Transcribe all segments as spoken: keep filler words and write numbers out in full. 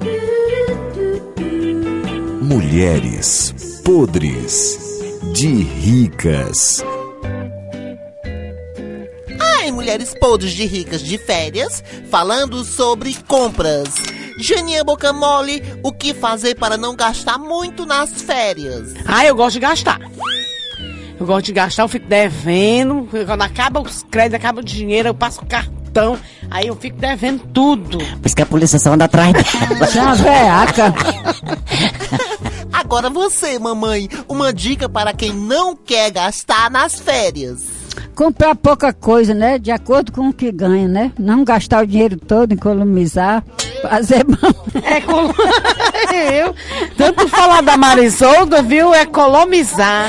Mulheres podres de ricas. Ai, mulheres podres de ricas de férias, falando sobre compras. Janinha Boca Mole, o que fazer para não gastar muito nas férias? Ah, eu gosto de gastar. Eu gosto de gastar, eu fico devendo. Quando acaba os créditos, acaba o dinheiro, eu passo o cartão. Aí eu fico devendo tudo. Por isso que a polícia só anda atrás dela. Já veaca. Agora você, mamãe, uma dica para quem não quer gastar nas férias. Comprar pouca coisa, né? De acordo com o que ganha, né? Não gastar o dinheiro todo, economizar. Fazer bom. É colo... eu, tanto falar da Marisolda, viu? Economizar.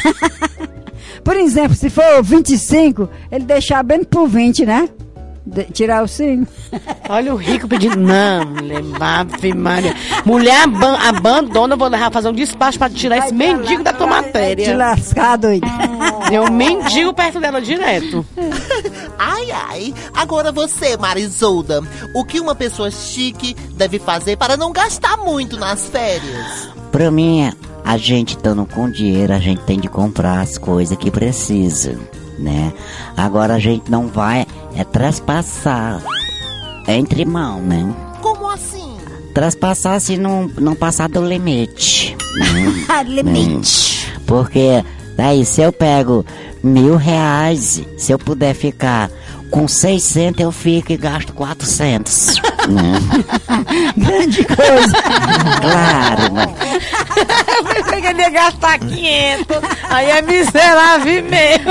Por exemplo, se for vinte e cinco, ele deixar bem por vinte, né? De, tirar o cinco. Olha o rico pedindo. Não, mulher, Ave Maria. Mulher aban abandona, eu vou levar fazer um despacho pra tirar esse mendigo da tua matéria. Te lascar, doido. Eu mendigo perto dela direto. Ai, ai. Agora você, Marisolda, o que uma pessoa chique deve fazer para não gastar muito nas férias? Pra mim, a gente estando com dinheiro, a gente tem de comprar as coisas que precisa, né? Agora a gente não vai é trespassar entre mão, né? Como assim? Trespassar se não, não passar do limite. Né? Limite. Porque daí se eu pego mil reais, se eu puder ficar com seiscentos, eu fico e gasto quatrocentos. Né? Grande coisa. Claro, mano. Eu pensei que ele ia gastar quinhentos. Aí é miserável mesmo.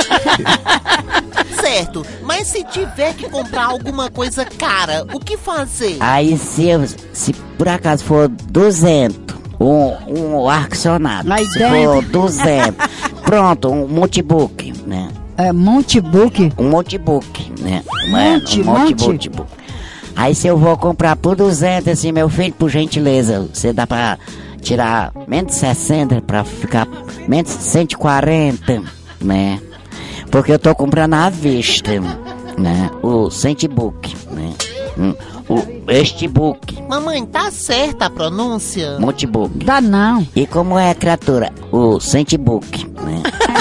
Certo, mas se tiver que comprar alguma coisa cara, o que fazer? Aí se, eu, se por acaso for duzentos, um, um ar-condicionado, Aí se dentro. for duzentos, pronto, um notebook, né? É notebook. Um notebook, né? Monte, um monte. notebook. Aí se eu vou comprar por duzentos, assim, meu filho, por gentileza, você dá pra tirar menos de sessenta pra ficar menos de cento e quarenta, né? Porque eu tô comprando à vista, né? O Centbook, né? O este book. Mamãe, tá certa a pronúncia? Notebook. Dá não. E como é, criatura? O Centbook, né?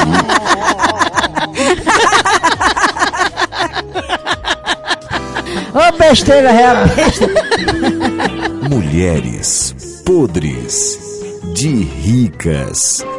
Ô besteira, real besta. Mulheres podres de ricas.